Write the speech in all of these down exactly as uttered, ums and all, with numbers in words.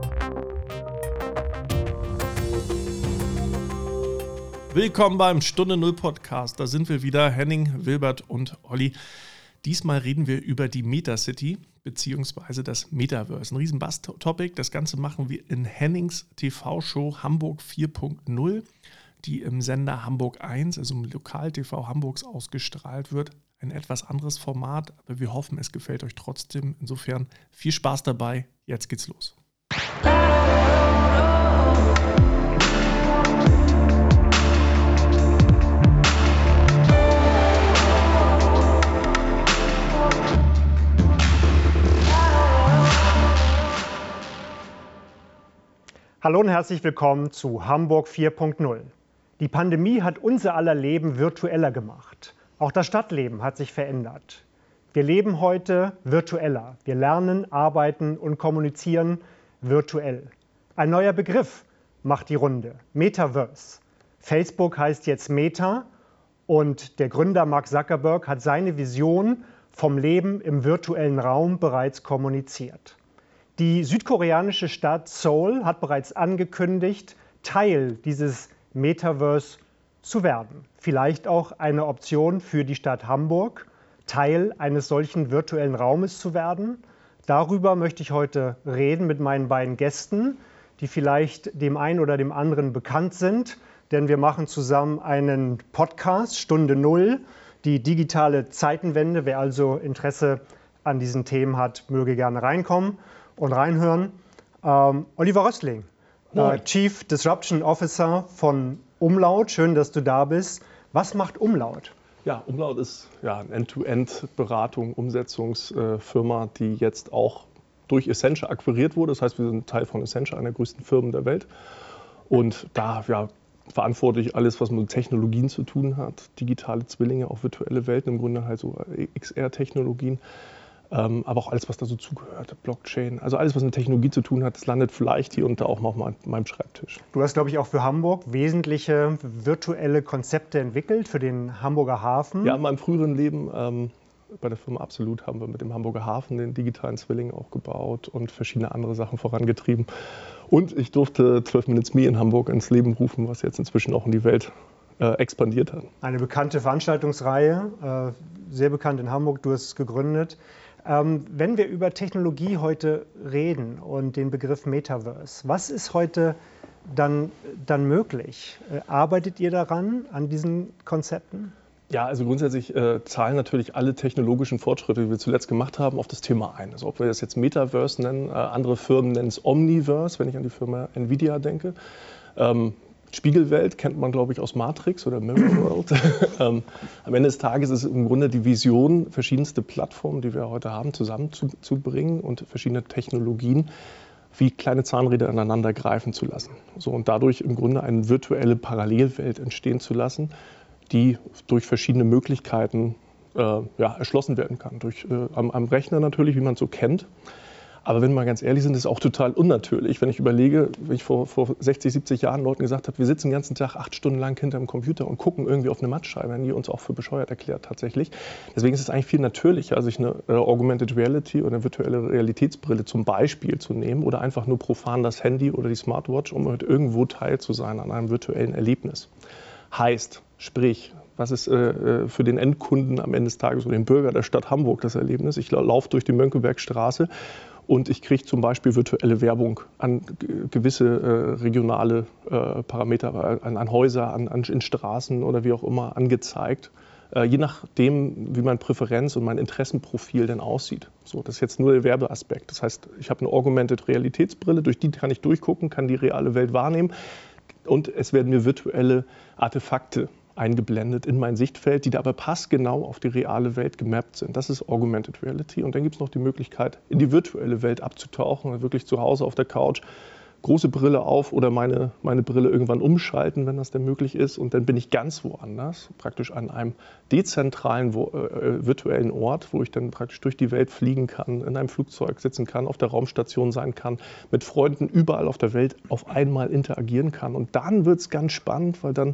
Willkommen beim Stunde Null Podcast. Da sind wir wieder, Henning, Wilbert und Olli. Diesmal reden wir über die Metacity bzw. das Metaverse. Ein riesen Bass-Topic. Das Ganze machen wir in Hennings T V-Show Hamburg vier Punkt null, die im Sender Hamburg eins, also im Lokal-T V Hamburgs, ausgestrahlt wird. Ein etwas anderes Format, aber wir hoffen, es gefällt euch trotzdem. Insofern viel Spaß dabei. Jetzt geht's los. Hallo und herzlich willkommen zu Hamburg vier Punkt null. Die Pandemie hat unser aller Leben virtueller gemacht. Auch das Stadtleben hat sich verändert. Wir leben heute virtueller. Wir lernen, arbeiten und kommunizieren virtuell. Ein neuer Begriff macht die Runde: Metaverse. Facebook heißt jetzt Meta und der Gründer Mark Zuckerberg hat seine Vision vom Leben im virtuellen Raum bereits kommuniziert. Die südkoreanische Stadt Seoul hat bereits angekündigt, Teil dieses Metaverse zu werden. Vielleicht auch eine Option für die Stadt Hamburg, Teil eines solchen virtuellen Raumes zu werden. Darüber möchte ich heute reden mit meinen beiden Gästen, die vielleicht dem einen oder dem anderen bekannt sind, denn wir machen zusammen einen Podcast, Stunde Null, die digitale Zeitenwende. Wer also Interesse an diesen Themen hat, möge gerne reinkommen und reinhören. Ähm, Oliver Röstling, äh, Chief Disruption Officer von Umlaut. Schön, dass du da bist. Was macht Umlaut? Ja, Umlaut ist ja eine End-to-End-Beratung, Umsetzungsfirma, die jetzt auch durch Accenture akquiriert wurde. Das heißt, wir sind Teil von Accenture, einer der größten Firmen der Welt. Und da ja, verantwortlich alles, was mit Technologien zu tun hat. Digitale Zwillinge, auch virtuelle Welten, im Grunde halt so X R-Technologien. Ähm, aber auch alles, was da so zugehört, Blockchain, also alles, was mit Technologie zu tun hat, das landet vielleicht hier und da auch mal auf mein, meinem Schreibtisch. Du hast, glaube ich, auch für Hamburg wesentliche virtuelle Konzepte entwickelt, für den Hamburger Hafen. Ja, in meinem früheren Leben ähm, bei der Firma Absolut haben wir mit dem Hamburger Hafen den digitalen Zwilling auch gebaut und verschiedene andere Sachen vorangetrieben. Und ich durfte zwölf Minutes Me in Hamburg ins Leben rufen, was jetzt inzwischen auch in die Welt äh, expandiert hat. Eine bekannte Veranstaltungsreihe, äh, sehr bekannt in Hamburg, du hast es gegründet. Ähm, wenn wir über Technologie heute reden und den Begriff Metaverse, was ist heute dann, dann möglich? Äh, arbeitet ihr daran, an diesen Konzepten? Ja, also grundsätzlich äh, zahlen natürlich alle technologischen Fortschritte, die wir zuletzt gemacht haben, auf das Thema ein. Also ob wir das jetzt Metaverse nennen, äh, andere Firmen nennen es Omniverse, wenn ich an die Firma Nvidia denke. Ähm, Spiegelwelt kennt man, glaube ich, aus Matrix oder Mirror World. ähm, am Ende des Tages ist es im Grunde die Vision, verschiedenste Plattformen, die wir heute haben, zusammenzubringen und verschiedene Technologien wie kleine Zahnräder ineinander greifen zu lassen. So, und dadurch im Grunde eine virtuelle Parallelwelt entstehen zu lassen, die durch verschiedene Möglichkeiten äh, ja, erschlossen werden kann. Durch, äh, am, am Rechner natürlich, wie man es so kennt. Aber wenn wir mal ganz ehrlich sind, ist es auch total unnatürlich, wenn ich überlege, wenn ich vor, vor sechzig, siebzig Jahren Leuten gesagt habe, wir sitzen den ganzen Tag acht Stunden lang hinter dem Computer und gucken irgendwie auf eine Mattscheibe, haben die uns auch für bescheuert erklärt tatsächlich. Deswegen ist es eigentlich viel natürlicher, sich eine äh, Augmented Reality oder eine virtuelle Realitätsbrille zum Beispiel zu nehmen oder einfach nur profan das Handy oder die Smartwatch, um halt irgendwo Teil zu sein an einem virtuellen Erlebnis. Heißt, sprich, was ist äh, für den Endkunden am Ende des Tages oder den Bürger der Stadt Hamburg das Erlebnis? Ich laufe durch die Mönckebergstraße und ich kriege zum Beispiel virtuelle Werbung an gewisse äh, regionale äh, Parameter, an, an Häuser, an, an, in Straßen oder wie auch immer angezeigt. Äh, je nachdem, wie mein Präferenz- und mein Interessenprofil denn aussieht. So, das ist jetzt nur der Werbeaspekt. Das heißt, ich habe eine Augmented Realitätsbrille, durch die kann ich durchgucken, kann die reale Welt wahrnehmen und es werden mir virtuelle Artefakte eingeblendet in mein Sichtfeld, die da aber passgenau auf die reale Welt gemappt sind. Das ist Augmented Reality. Und dann gibt es noch die Möglichkeit, in die virtuelle Welt abzutauchen, wirklich zu Hause auf der Couch, große Brille auf oder meine, meine Brille irgendwann umschalten, wenn das denn möglich ist. Und dann bin ich ganz woanders, praktisch an einem dezentralen wo, äh, virtuellen Ort, wo ich dann praktisch durch die Welt fliegen kann, in einem Flugzeug sitzen kann, auf der Raumstation sein kann, mit Freunden überall auf der Welt auf einmal interagieren kann. Und dann wird es ganz spannend, weil dann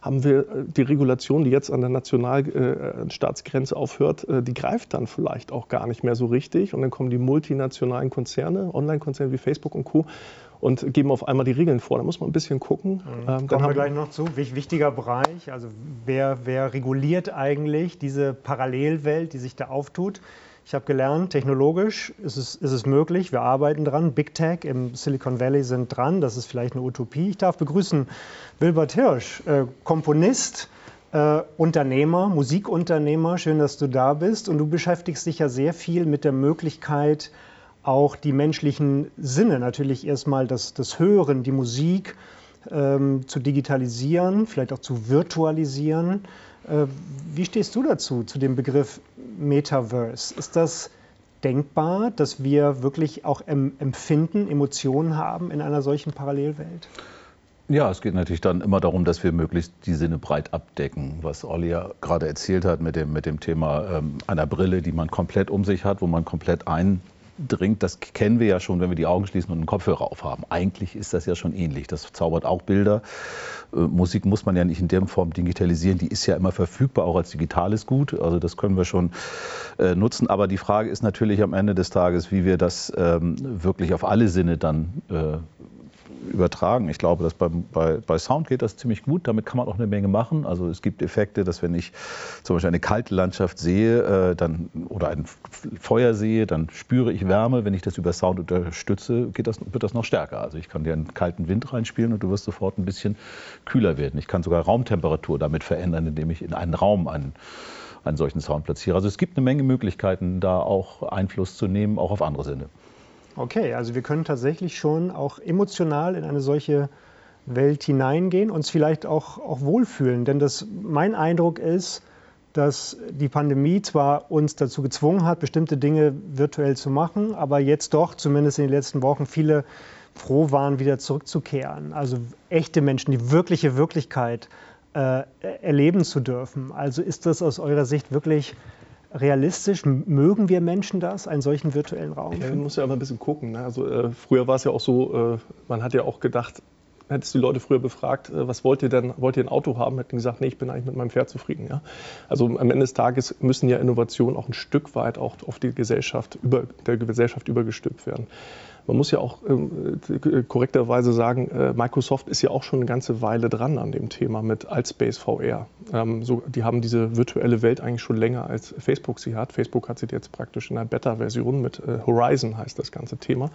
haben wir die Regulation, die jetzt an der Nationalstaatsgrenze aufhört, die greift dann vielleicht auch gar nicht mehr so richtig. Und dann kommen die multinationalen Konzerne, Online-Konzerne wie Facebook und Co. und geben auf einmal die Regeln vor. Da muss man ein bisschen gucken. Mhm. Ähm, Kommen wir gleich noch zu. Wichtiger Bereich, also wer, wer reguliert eigentlich diese Parallelwelt, die sich da auftut? Ich habe gelernt, technologisch ist es, ist es möglich, wir arbeiten dran. Big Tech im Silicon Valley sind dran, das ist vielleicht eine Utopie. Ich darf begrüßen Wilbert Hirsch, äh, Komponist, äh, Unternehmer, Musikunternehmer. Schön, dass du da bist. Und du beschäftigst dich ja sehr viel mit der Möglichkeit, auch die menschlichen Sinne, natürlich erstmal das, das Hören, die Musik ähm, zu digitalisieren, vielleicht auch zu virtualisieren. Äh, wie stehst du dazu, zu dem Begriff Metaverse? Ist das denkbar, dass wir wirklich auch em- Empfinden, Emotionen haben in einer solchen Parallelwelt? Ja, es geht natürlich dann immer darum, dass wir möglichst die Sinne breit abdecken, was Olli ja gerade erzählt hat mit dem, mit dem Thema ähm, einer Brille, die man komplett um sich hat, wo man komplett ein dringt, das kennen wir ja schon, wenn wir die Augen schließen und einen Kopfhörer aufhaben. Eigentlich ist das ja schon ähnlich. Das zaubert auch Bilder. Äh, Musik muss man ja nicht in der Form digitalisieren. Die ist ja immer verfügbar, auch als digitales Gut. Also das können wir schon äh, nutzen. Aber die Frage ist natürlich am Ende des Tages, wie wir das ähm, wirklich auf alle Sinne dann äh, übertragen. Ich glaube, dass beim, bei, bei Sound geht das ziemlich gut. Damit kann man auch eine Menge machen. Also es gibt Effekte, dass wenn ich zum Beispiel eine kalte Landschaft sehe äh, dann, oder ein Feuer sehe, dann spüre ich Wärme. Wenn ich das über Sound unterstütze, geht das, wird das noch stärker. Also ich kann dir einen kalten Wind reinspielen und du wirst sofort ein bisschen kühler werden. Ich kann sogar Raumtemperatur damit verändern, indem ich in einen Raum einen, einen solchen Sound platziere. Also es gibt eine Menge Möglichkeiten, da auch Einfluss zu nehmen, auch auf andere Sinne. Okay, also wir können tatsächlich schon auch emotional in eine solche Welt hineingehen, uns vielleicht auch, auch wohlfühlen. Denn das, mein Eindruck ist, dass die Pandemie zwar uns dazu gezwungen hat, bestimmte Dinge virtuell zu machen, aber jetzt doch, zumindest in den letzten Wochen, viele froh waren, wieder zurückzukehren. Also echte Menschen, die wirkliche Wirklichkeit äh, erleben zu dürfen. Also ist das aus eurer Sicht wirklich realistisch? Mögen wir Menschen das, einen solchen virtuellen Raum? Ja, man muss ja immer ein bisschen gucken. Ne? Also, äh, früher war es ja auch so, äh, man hat ja auch gedacht, hättest du die Leute früher befragt, äh, was wollt ihr denn, wollt ihr ein Auto haben? Hätten die gesagt, nee, ich bin eigentlich mit meinem Pferd zufrieden. Ja? Also am Ende des Tages müssen ja Innovationen auch ein Stück weit auch auf die Gesellschaft, über, der Gesellschaft übergestülpt werden. Man muss ja auch äh, korrekterweise sagen, äh, Microsoft ist ja auch schon eine ganze Weile dran an dem Thema mit Altspace V R. Ähm, so, die haben diese virtuelle Welt eigentlich schon länger als Facebook sie hat. Facebook hat sie jetzt praktisch in einer Beta-Version mit äh, Horizon heißt das ganze Thema.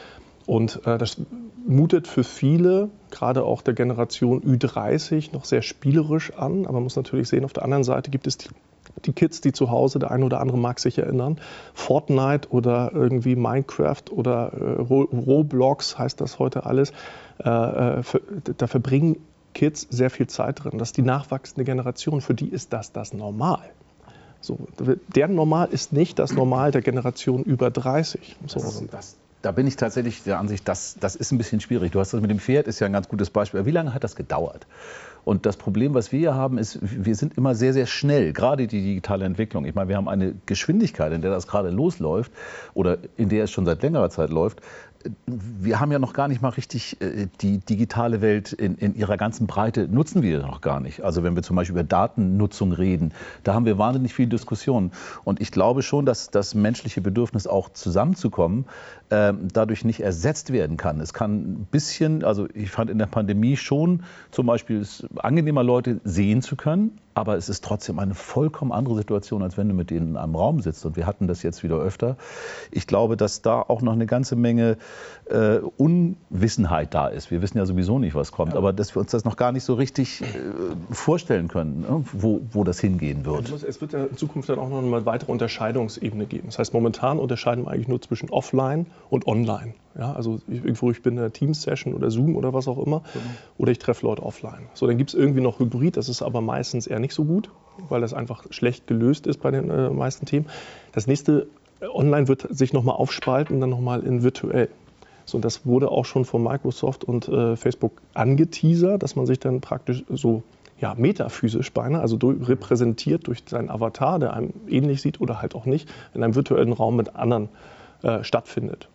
Und äh, das mutet für viele, gerade auch der Generation Ü dreißig, noch sehr spielerisch an. Aber man muss natürlich sehen, auf der anderen Seite gibt es die Die Kids, die zu Hause, der eine oder andere mag sich erinnern, Fortnite oder irgendwie Minecraft oder äh, Roblox heißt das heute alles, äh, für, da verbringen Kids sehr viel Zeit drin. Das ist die nachwachsende Generation, für die ist das das Normal. So, deren Normal ist nicht das Normal der Generation über dreißig. So. Das, das, da bin ich tatsächlich der Ansicht, das, das ist ein bisschen schwierig. Du hast das mit dem Pferd, ist ja ein ganz gutes Beispiel. Wie lange hat das gedauert? Und das Problem, was wir hier haben, ist, wir sind immer sehr, sehr schnell, gerade die digitale Entwicklung. Ich meine, wir haben eine Geschwindigkeit, in der das gerade losläuft oder in der es schon seit längerer Zeit läuft. Wir haben ja noch gar nicht mal richtig die digitale Welt in, in ihrer ganzen Breite, nutzen wir noch gar nicht. Also wenn wir zum Beispiel über Datennutzung reden, da haben wir wahnsinnig viel Diskussion. Und ich glaube schon, dass das menschliche Bedürfnis auch zusammenzukommen, äh, dadurch nicht ersetzt werden kann. Es kann ein bisschen, also ich fand in der Pandemie schon zum Beispiel es angenehmer, Leute sehen zu können, aber es ist trotzdem eine vollkommen andere Situation, als wenn du mit denen in einem Raum sitzt. Und wir hatten das jetzt wieder öfter. Ich glaube, dass da auch noch eine ganze Menge äh, Unwissenheit da ist. Wir wissen ja sowieso nicht, was kommt, ja. Aber dass wir uns das noch gar nicht so richtig äh, vorstellen können, ne? wo, wo das hingehen wird. Es wird ja in Zukunft dann auch noch eine weitere Unterscheidungsebene geben. Das heißt, momentan unterscheiden wir eigentlich nur zwischen Offline und Online. Ja, also irgendwo, ich bin in einer Teams-Session oder Zoom oder was auch immer, genau. Oder ich treffe Leute offline. So, dann gibt es irgendwie noch Hybrid, das ist aber meistens eher nicht so gut, weil das einfach schlecht gelöst ist bei den äh, meisten Themen. Das nächste, äh, online wird sich nochmal aufspalten, dann nochmal in virtuell. So, und das wurde auch schon von Microsoft und äh, Facebook angeteasert, dass man sich dann praktisch so ja, metaphysisch beinahe, also durch, repräsentiert durch seinen Avatar, der einem ähnlich sieht oder halt auch nicht, in einem virtuellen Raum mit anderen äh, stattfindet.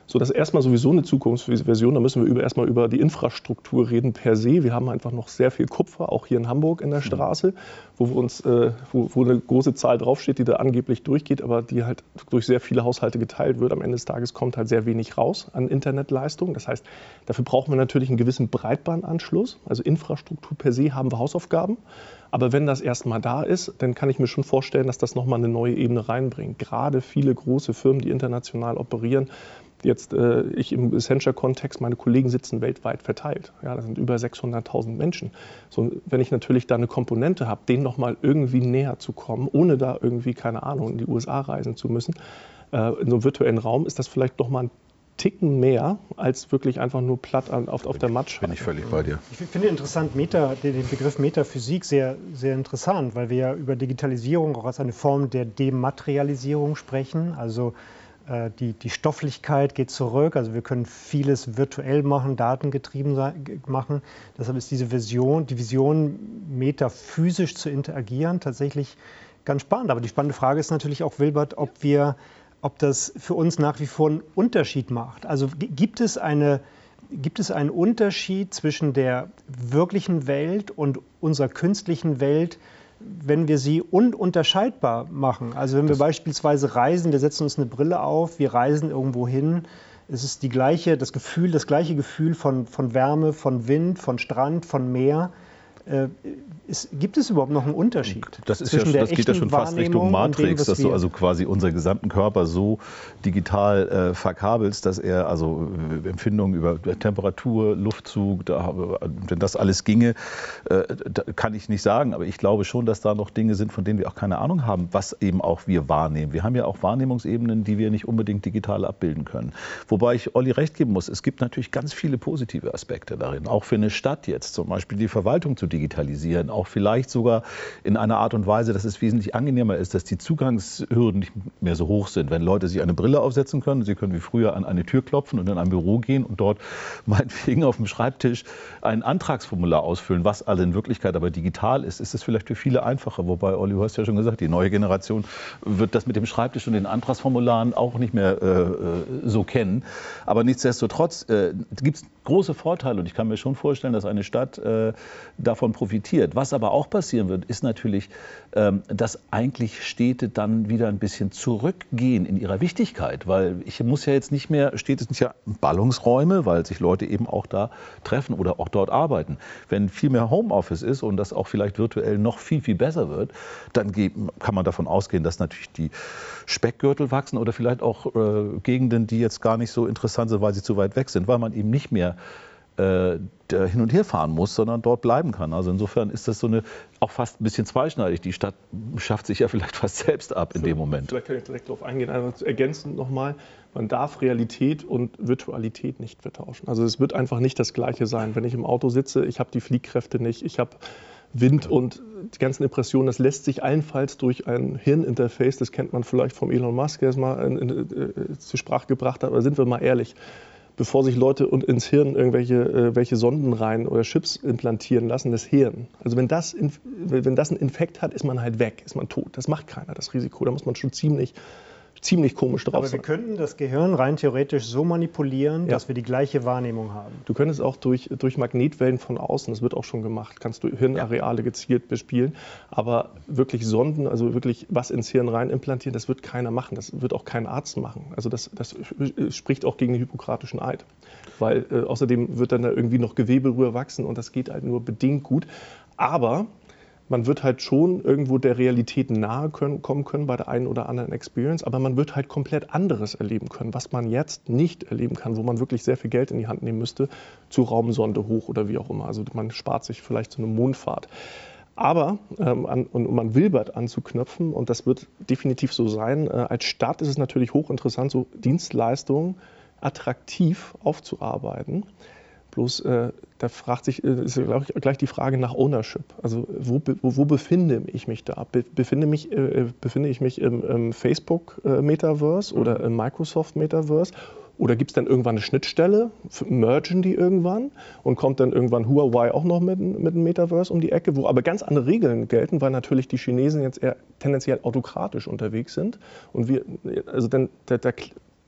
So, das ist erstmal sowieso eine Zukunftsversion. Da müssen wir über, erstmal über die Infrastruktur reden per se. Wir haben einfach noch sehr viel Kupfer, auch hier in Hamburg in der Straße, wo, wir uns, äh, wo, wo eine große Zahl draufsteht, die da angeblich durchgeht, aber die halt durch sehr viele Haushalte geteilt wird. Am Ende des Tages kommt halt sehr wenig raus an Internetleistung. Das heißt, dafür brauchen wir natürlich einen gewissen Breitbandanschluss. Also Infrastruktur per se haben wir Hausaufgaben. Aber wenn das erstmal da ist, dann kann ich mir schon vorstellen, dass das nochmal eine neue Ebene reinbringt. Gerade viele große Firmen, die international operieren, jetzt äh, ich im Accenture-Kontext, meine Kollegen sitzen weltweit verteilt. Ja, das sind über sechshunderttausend Menschen. So, wenn ich natürlich da eine Komponente habe, denen nochmal irgendwie näher zu kommen, ohne da irgendwie, keine Ahnung, in die U S A reisen zu müssen, äh, in so einem virtuellen Raum, ist das vielleicht doch mal ein Ticken mehr als wirklich einfach nur platt auf, auf der Matsch. Bin ich völlig bei dir. Ich finde interessant Meta, den Begriff Metaphysik sehr, sehr interessant, weil wir ja über Digitalisierung auch als eine Form der Dematerialisierung sprechen. Also äh, die, die Stofflichkeit geht zurück, also wir können vieles virtuell machen, datengetrieben sein, machen. Deshalb ist diese Vision, die Vision, metaphysisch zu interagieren, tatsächlich ganz spannend. Aber die spannende Frage ist natürlich auch, Wilbert, ob wir ob das für uns nach wie vor einen Unterschied macht. Also gibt es, eine, gibt es einen Unterschied zwischen der wirklichen Welt und unserer künstlichen Welt, wenn wir sie ununterscheidbar machen? Also wenn wir das beispielsweise reisen, wir setzen uns eine Brille auf, wir reisen irgendwo hin, es ist die gleiche, das Gefühl, das gleiche Gefühl von, von Wärme, von Wind, von Strand, von Meer. Äh, ist, gibt es überhaupt noch einen Unterschied? Das, ist ja, das geht ja schon fast Richtung Matrix, dem, dass du also quasi unseren gesamten Körper so digital äh, verkabelst, dass er also äh, Empfindungen über Temperatur, Luftzug, da, wenn das alles ginge, äh, da kann ich nicht sagen. Aber ich glaube schon, dass da noch Dinge sind, von denen wir auch keine Ahnung haben, was eben auch wir wahrnehmen. Wir haben ja auch Wahrnehmungsebenen, die wir nicht unbedingt digital abbilden können. Wobei ich Olli recht geben muss, es gibt natürlich ganz viele positive Aspekte darin. Auch für eine Stadt jetzt zum Beispiel die Verwaltung zu digitalisieren, auch vielleicht sogar in einer Art und Weise, dass es wesentlich angenehmer ist, dass die Zugangshürden nicht mehr so hoch sind. Wenn Leute sich eine Brille aufsetzen können, sie können wie früher an eine Tür klopfen und in ein Büro gehen und dort meinetwegen auf dem Schreibtisch ein Antragsformular ausfüllen, was alle in Wirklichkeit aber digital ist, ist es vielleicht für viele einfacher. Wobei, Olli, du hast ja schon gesagt, die neue Generation wird das mit dem Schreibtisch und den Antragsformularen auch nicht mehr äh, so kennen. Aber nichtsdestotrotz äh, gibt es große Vorteile und ich kann mir schon vorstellen, dass eine Stadt äh, davon profitiert. Was aber auch passieren wird, ist natürlich, ähm, dass eigentlich Städte dann wieder ein bisschen zurückgehen in ihrer Wichtigkeit, weil ich muss ja jetzt nicht mehr, Städte sind ja Ballungsräume, weil sich Leute eben auch da treffen oder auch dort arbeiten. Wenn viel mehr Homeoffice ist und das auch vielleicht virtuell noch viel, viel besser wird, dann kann man davon ausgehen, dass natürlich die Speckgürtel wachsen oder vielleicht auch äh, Gegenden, die jetzt gar nicht so interessant sind, weil sie zu weit weg sind, weil man eben nicht mehr äh, hin und her fahren muss, sondern dort bleiben kann. Also insofern ist das so eine, auch fast ein bisschen zweischneidig. Die Stadt schafft sich ja vielleicht fast selbst ab in dem Moment. Vielleicht kann ich direkt darauf eingehen. Also ergänzend nochmal, man darf Realität und Virtualität nicht vertauschen. Also es wird einfach nicht das Gleiche sein. Wenn ich im Auto sitze, ich habe die Fliehkräfte nicht, ich habe Wind und die ganzen Impressionen, das lässt sich allenfalls durch ein Hirninterface, das kennt man vielleicht vom Elon Musk, der es mal in, in, in, zur Sprache gebracht hat, aber sind wir mal ehrlich, bevor sich Leute ins Hirn irgendwelche äh, welche Sonden rein oder Chips implantieren lassen, das Hirn. Also wenn das, wenn das einen Infekt hat, ist man halt weg, ist man tot. Das macht keiner, das Risiko. Da muss man schon ziemlich, ziemlich komisch drauf Aber sein. wir könnten das Gehirn rein theoretisch so manipulieren, Ja. dass wir die gleiche Wahrnehmung haben. Du könntest auch durch, durch Magnetwellen von außen, das wird auch schon gemacht, kannst du Hirnareale gezielt bespielen, aber wirklich Sonden, also wirklich was ins Hirn rein implantieren, das wird keiner machen, das wird auch kein Arzt machen. Also das, das spricht auch gegen den hippokratischen Eid, weil äh, außerdem wird dann da irgendwie noch Gewebe rüber wachsen und das geht halt nur bedingt gut, aber man wird halt schon irgendwo der Realität nahe können, kommen können bei der einen oder anderen Experience, aber man wird halt komplett anderes erleben können, was man jetzt nicht erleben kann, wo man wirklich sehr viel Geld in die Hand nehmen müsste, zur Raumsonde hoch oder wie auch immer. Also man spart sich vielleicht so eine Mondfahrt. Aber, ähm, an, um an Wilbert anzuknüpfen, und das wird definitiv so sein, äh, als Stadt ist es natürlich hochinteressant, so Dienstleistungen attraktiv aufzuarbeiten. Bloß äh, da fragt sich, äh, ist glaube ich, gleich die Frage nach Ownership. Also wo, wo, wo befinde ich mich da? Be, befinde, mich, äh, befinde ich mich im, im Facebook-Metaverse oder im Microsoft-Metaverse? Oder gibt es dann irgendwann eine Schnittstelle, mergen die irgendwann und kommt dann irgendwann Huawei auch noch mit, mit dem Metaverse um die Ecke, wo aber ganz andere Regeln gelten, weil natürlich die Chinesen jetzt eher tendenziell autokratisch unterwegs sind. Und wir, also dann, da, da,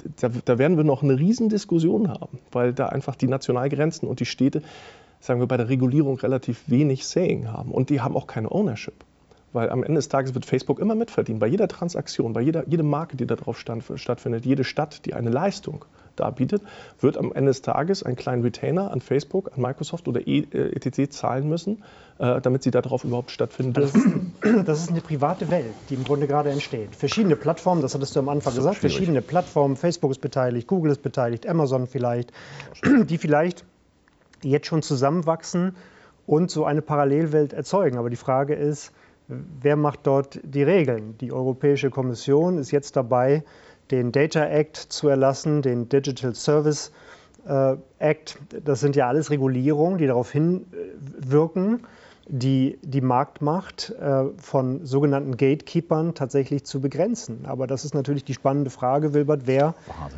da, da werden wir noch eine Riesendiskussion haben, weil da einfach die Nationalgrenzen und die Städte, sagen wir, bei der Regulierung relativ wenig Saying haben. Und die haben auch keine Ownership. Weil am Ende des Tages wird Facebook immer mitverdienen. Bei jeder Transaktion, bei jeder jede Marke, die da drauf stand, stattfindet, jede Stadt, die eine Leistung darbietet, wird am Ende des Tages einen kleinen Retainer an Facebook, an Microsoft oder E T C zahlen müssen, äh, damit sie darauf überhaupt stattfinden dürfen. Das ist, das ist eine private Welt, die im Grunde gerade entsteht. Verschiedene Plattformen, das hattest du am Anfang gesagt, schwierig. Verschiedene Plattformen, Facebook ist beteiligt, Google ist beteiligt, Amazon vielleicht, die vielleicht jetzt schon zusammenwachsen und so eine Parallelwelt erzeugen. Aber die Frage ist, wer macht dort die Regeln? Die Europäische Kommission ist jetzt dabei, den Data Act zu erlassen, den Digital Service äh, Act. Das sind ja alles Regulierungen, die darauf hinwirken, die, die Marktmacht äh, von sogenannten Gatekeepern tatsächlich zu begrenzen. Aber das ist natürlich die spannende Frage, Wilbert, wer,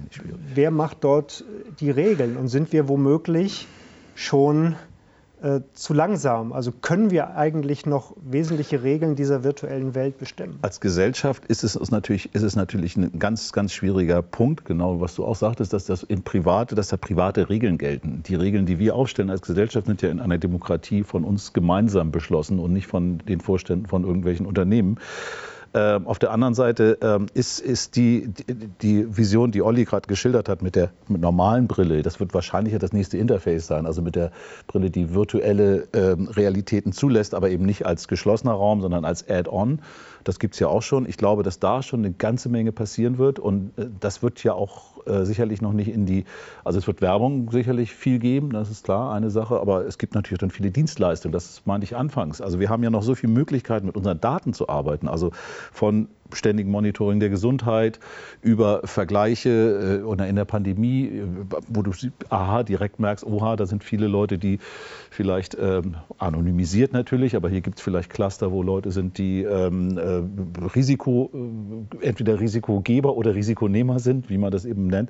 wer macht dort die Regeln? Und sind wir womöglich schon äh, zu langsam? Also können wir eigentlich noch wesentliche Regeln dieser virtuellen Welt bestimmen? Als Gesellschaft ist es natürlich, ist es natürlich ein ganz, ganz schwieriger Punkt, genau was du auch sagtest, dass das in private, dass da private Regeln gelten. Die Regeln, die wir aufstellen als Gesellschaft, sind ja in einer Demokratie von uns gemeinsam beschlossen und nicht von den Vorständen von irgendwelchen Unternehmen. Ähm, auf der anderen Seite ähm, ist, ist die, die, die Vision, die Olli gerade geschildert hat mit der mit normalen Brille, das wird wahrscheinlich das nächste Interface sein, also mit der Brille, die virtuelle ähm, Realitäten zulässt, aber eben nicht als geschlossener Raum, sondern als Add-on. Das gibt es ja auch schon. Ich glaube, dass da schon eine ganze Menge passieren wird und äh, das wird ja auch äh, sicherlich noch nicht in die, also es wird Werbung sicherlich viel geben, das ist klar, eine Sache, aber es gibt natürlich dann viele Dienstleistungen, das meinte ich anfangs. Also wir haben ja noch so viele Möglichkeiten, mit unseren Daten zu arbeiten, also von ständigen Monitoring der Gesundheit über Vergleiche äh, oder in der Pandemie, äh, wo du aha, direkt merkst, oha, da sind viele Leute, die vielleicht ähm, anonymisiert natürlich, aber hier gibt es vielleicht Cluster, wo Leute sind, die ähm, äh, Risiko, äh, entweder Risikogeber oder Risikonehmer sind, wie man das eben nennt.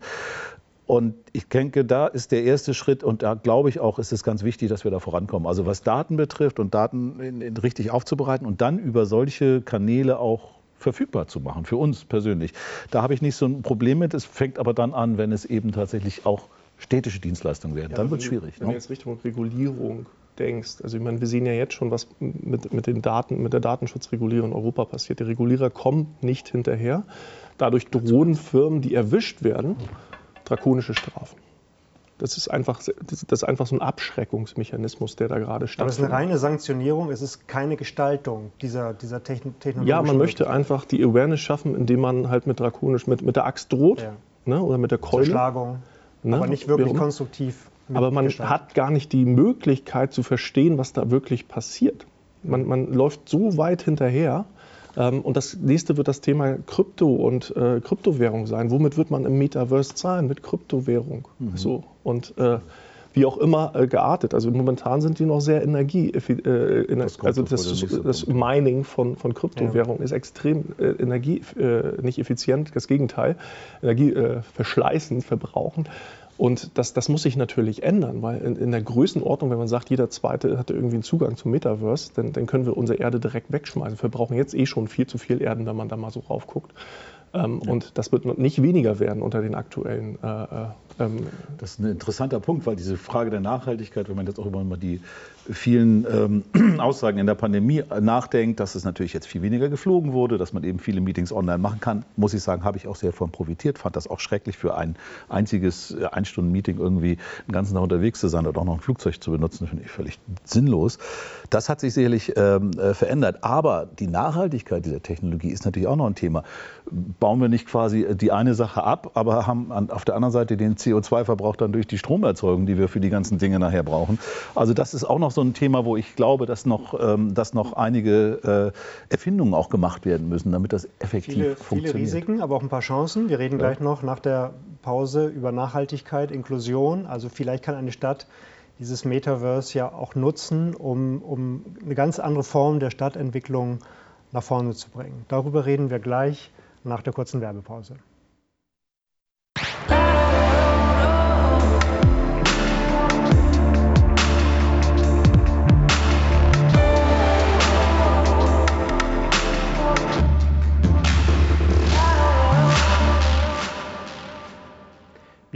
Und ich denke, da ist der erste Schritt und da glaube ich auch, ist es ganz wichtig, dass wir da vorankommen. Also was Daten betrifft und Daten in, in richtig aufzubereiten und dann über solche Kanäle auch verfügbar zu machen, für uns persönlich. Da habe ich nicht so ein Problem mit. Es fängt aber dann an, wenn es eben tatsächlich auch städtische Dienstleistungen werden. Ja, dann wird es schwierig. Wenn ne? du jetzt Richtung Regulierung denkst, also ich meine, wir sehen ja jetzt schon, was mit, mit den Daten, mit der Datenschutzregulierung in Europa passiert. Die Regulierer kommen nicht hinterher. Dadurch drohen Firmen, die erwischt werden, drakonische Strafen. Das ist einfach, das ist einfach so ein Abschreckungsmechanismus, der da gerade stattfindet. Aber es ist eine reine Sanktionierung, es ist keine Gestaltung dieser, dieser Technologie. Ja, man möchte einfach die Awareness schaffen, indem man halt mit drakonisch, mit, mit der Axt droht, ja. ne, oder mit der Keule. Zerschlagung, ne, aber nicht wirklich konstruktiv. Aber man hat gar nicht die Möglichkeit zu verstehen, was da wirklich passiert. Man, man läuft so weit hinterher. Ähm, und das nächste wird das Thema Krypto und äh, Kryptowährung sein. Womit wird man im Metaverse zahlen? Mit Kryptowährung. Mhm. So. Und äh, wie auch immer äh, geartet. Also momentan sind die noch sehr energie. Äh, das also das, das Mining von, von Kryptowährung ja. ist extrem äh, energie äh, nicht effizient, das Gegenteil, Energie äh, verschleißend, verbrauchen. Und das, das muss sich natürlich ändern, weil in, in der Größenordnung, wenn man sagt, jeder Zweite hatte irgendwie einen Zugang zum Metaverse, dann, dann können wir unsere Erde direkt wegschmeißen. Wir brauchen jetzt eh schon viel zu viel Erden, wenn man da mal so raufguckt. Ähm, ja. Und das wird nicht weniger werden unter den aktuellen. Äh, ähm das ist ein interessanter Punkt, weil diese Frage der Nachhaltigkeit, wenn man jetzt auch über die vielen ähm, Aussagen in der Pandemie nachdenkt, dass es natürlich jetzt viel weniger geflogen wurde, dass man eben viele Meetings online machen kann, muss ich sagen, habe ich auch sehr davon profitiert, fand das auch schrecklich für ein einziges Ein-Stunden-Meeting irgendwie den ganzen Tag unterwegs zu sein oder auch noch ein Flugzeug zu benutzen, finde ich völlig sinnlos. Das hat sich sicherlich ähm, verändert, aber die Nachhaltigkeit dieser Technologie ist natürlich auch noch ein Thema. Bauen wir nicht quasi die eine Sache ab, aber haben auf der anderen Seite den C O zwei Verbrauch dann durch die Stromerzeugung, die wir für die ganzen Dinge nachher brauchen. Also das ist auch noch so ein Thema, wo ich glaube, dass noch, ähm, dass noch einige äh, Erfindungen auch gemacht werden müssen, damit das effektiv viele, funktioniert. Viele Risiken, aber auch ein paar Chancen. Wir reden ja. gleich noch nach der Pause über Nachhaltigkeit, Inklusion. Also vielleicht kann eine Stadt dieses Metaverse ja auch nutzen, um, um eine ganz andere Form der Stadtentwicklung nach vorne zu bringen. Darüber reden wir gleich nach der kurzen Werbepause.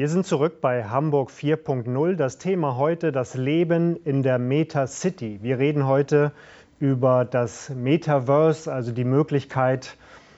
Wir sind zurück bei Hamburg vier Punkt null. Das Thema heute, das Leben in der Meta-City. Wir reden heute über das Metaverse, also die Möglichkeit,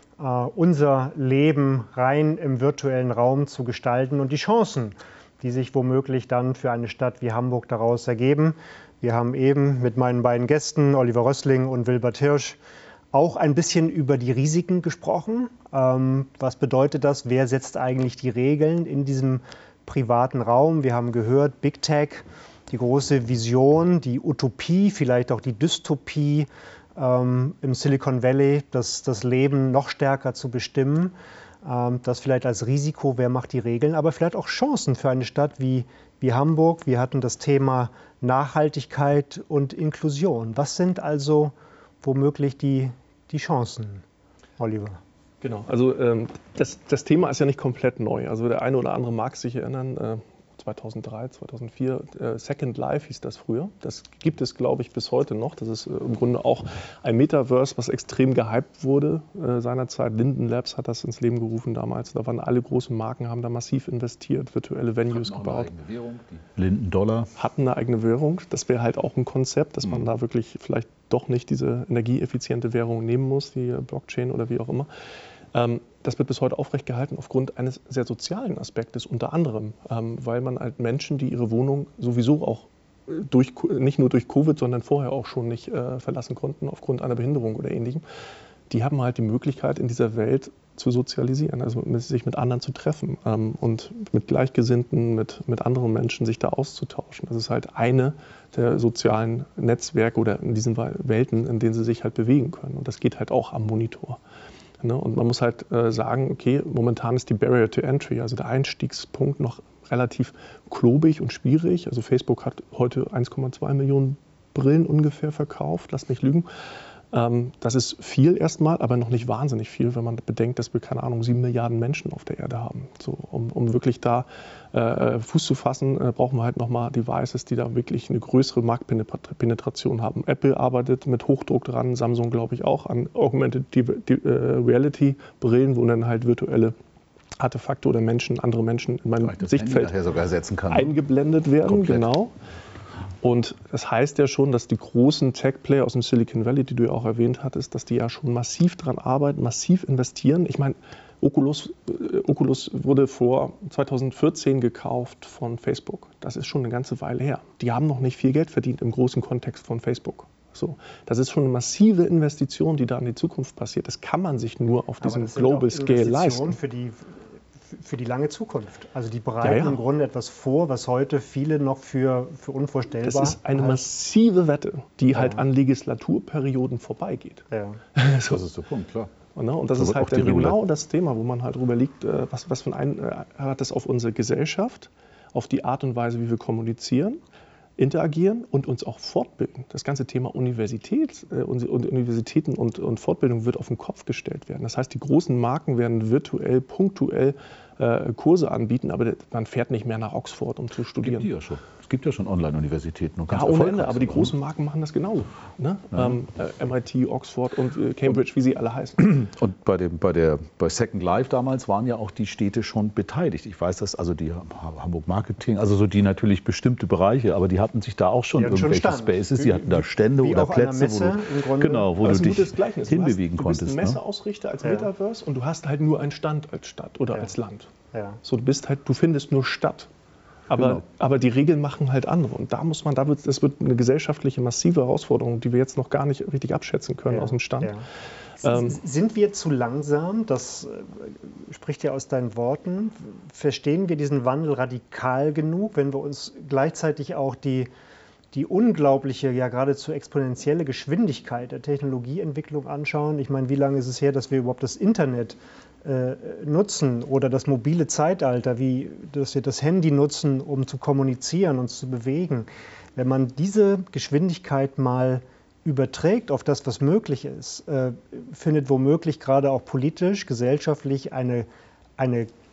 unser Leben rein im virtuellen Raum zu gestalten und die Chancen, die sich womöglich dann für eine Stadt wie Hamburg daraus ergeben. Wir haben eben mit meinen beiden Gästen, Oliver Rössling und Wilbert Hirsch, auch ein bisschen über die Risiken gesprochen. Ähm, was bedeutet das? Wer setzt eigentlich die Regeln in diesem privaten Raum? Wir haben gehört, Big Tech, die große Vision, die Utopie, vielleicht auch die Dystopie ähm, im Silicon Valley, das, das Leben noch stärker zu bestimmen. Ähm, das vielleicht als Risiko, wer macht die Regeln, aber vielleicht auch Chancen für eine Stadt wie, wie Hamburg. Wir hatten das Thema Nachhaltigkeit und Inklusion. Was sind also womöglich die, die Chancen, Oliver? Genau, also ähm, das, das Thema ist ja nicht komplett neu. Also der eine oder andere mag sich erinnern, äh, zweitausenddrei, zweitausendvier, äh, Second Life hieß das früher. Das gibt es, glaube ich, bis heute noch. Das ist äh, im Grunde auch ein Metaverse, was extrem gehypt wurde äh, seinerzeit. Linden Labs hat das ins Leben gerufen damals. Da waren alle großen Marken, haben da massiv investiert, virtuelle Venues gebaut. Eine eigene Währung, die Linden Dollar. Hatten eine eigene Währung. Das wäre halt auch ein Konzept, dass man mhm. da wirklich vielleicht doch nicht diese energieeffiziente Währung nehmen muss, die Blockchain oder wie auch immer. Ähm, das wird bis heute aufrecht gehalten aufgrund eines sehr sozialen Aspektes unter anderem, ähm, weil man halt Menschen, die ihre Wohnung sowieso auch durch, nicht nur durch Covid, sondern vorher auch schon nicht äh, verlassen konnten aufgrund einer Behinderung oder Ähnlichem, die haben halt die Möglichkeit in dieser Welt zu sozialisieren, also mit, sich mit anderen zu treffen ähm, und mit Gleichgesinnten, mit, mit anderen Menschen sich da auszutauschen. Das ist halt eine der sozialen Netzwerke oder in diesen Welten, in denen sie sich halt bewegen können. Und das geht halt auch am Monitor. Ne? Und man muss halt äh, sagen, okay, momentan ist die Barrier to Entry, also der Einstiegspunkt, noch relativ klobig und schwierig. Also Facebook hat heute eins Komma zwei Millionen Brillen ungefähr verkauft, lasst mich lügen. Ähm, das ist viel erstmal, aber noch nicht wahnsinnig viel, wenn man bedenkt, dass wir, keine Ahnung, sieben Milliarden Menschen auf der Erde haben. So, um, um wirklich da äh, Fuß zu fassen, äh, brauchen wir halt nochmal Devices, die da wirklich eine größere Marktpenetration haben. Apple arbeitet mit Hochdruck dran, Samsung glaube ich auch, an Augmented Reality Brillen, wo dann halt virtuelle Artefakte oder Menschen, andere Menschen in meinem Sichtfeld sogar setzen kann. eingeblendet werden. Komplett. Genau. Und das heißt ja schon, dass die großen Tech-Player aus dem Silicon Valley, die du ja auch erwähnt hattest, dass die ja schon massiv dran arbeiten, massiv investieren. Ich meine, Oculus, äh, Oculus wurde vor zweitausendvierzehn gekauft von Facebook. Das ist schon eine ganze Weile her. Die haben noch nicht viel Geld verdient im großen Kontext von Facebook. So, das ist schon eine massive Investition, die da in die Zukunft passiert. Das kann man sich nur auf diesem Global Scale leisten. Für die für die lange Zukunft. Also die bereiten ja, ja. im Grunde etwas vor, was heute viele noch für, für unvorstellbar Das ist eine halten. massive Wette, die ja. halt an Legislaturperioden vorbeigeht. Ja. so. Das ist der Punkt, klar. Und das so ist halt dann genau das Thema, wo man halt drüber liegt, was, was für einen äh, hat das auf unsere Gesellschaft, auf die Art und Weise, wie wir kommunizieren, interagieren und uns auch fortbilden. Das ganze Thema Universität, äh, Universitäten und, und Fortbildung wird auf den Kopf gestellt werden. Das heißt, die großen Marken werden virtuell, punktuell äh, Kurse anbieten, aber man fährt nicht mehr nach Oxford, um zu studieren. Gibt die ja schon. Es gibt ja schon Online-Universitäten. Ja, ohne Ende, aber die großen Marken machen das genauso. Ne? Ja. Ähm, äh, M I T, Oxford und äh, Cambridge, wie sie alle heißen. Und bei, dem, bei, der, bei Second Life damals waren ja auch die Städte schon beteiligt. Ich weiß das, also die Hamburg Marketing, also so die natürlich bestimmte Bereiche, aber die hatten sich da auch schon irgendwelche schon Spaces, die hatten da Stände wie oder auch Plätze, Messe, wo du, genau, wo du dich hinbewegen du konntest. Du bist ein Messeausrichter als ja. Metaverse und du hast halt nur einen Stand als Stadt oder ja. als Land. Ja. So, du bist halt, du findest nur statt. Aber, genau. aber die Regeln machen halt andere. Und da muss man, da wird, das wird eine gesellschaftliche massive Herausforderung, die wir jetzt noch gar nicht richtig abschätzen können ja. aus dem Stand. Ja. Ähm, Sind wir zu langsam? Das äh, spricht ja aus deinen Worten. Verstehen wir diesen Wandel radikal genug, wenn wir uns gleichzeitig auch die, die unglaubliche, ja geradezu exponentielle Geschwindigkeit der Technologieentwicklung anschauen? Ich meine, wie lange ist es her, dass wir überhaupt das Internet äh, nutzen oder das mobile Zeitalter, wie dass wir das Handy nutzen, um zu kommunizieren, uns zu bewegen? Wenn man diese Geschwindigkeit mal überträgt auf das, was möglich ist, äh, findet womöglich gerade auch politisch, gesellschaftlich eine, eine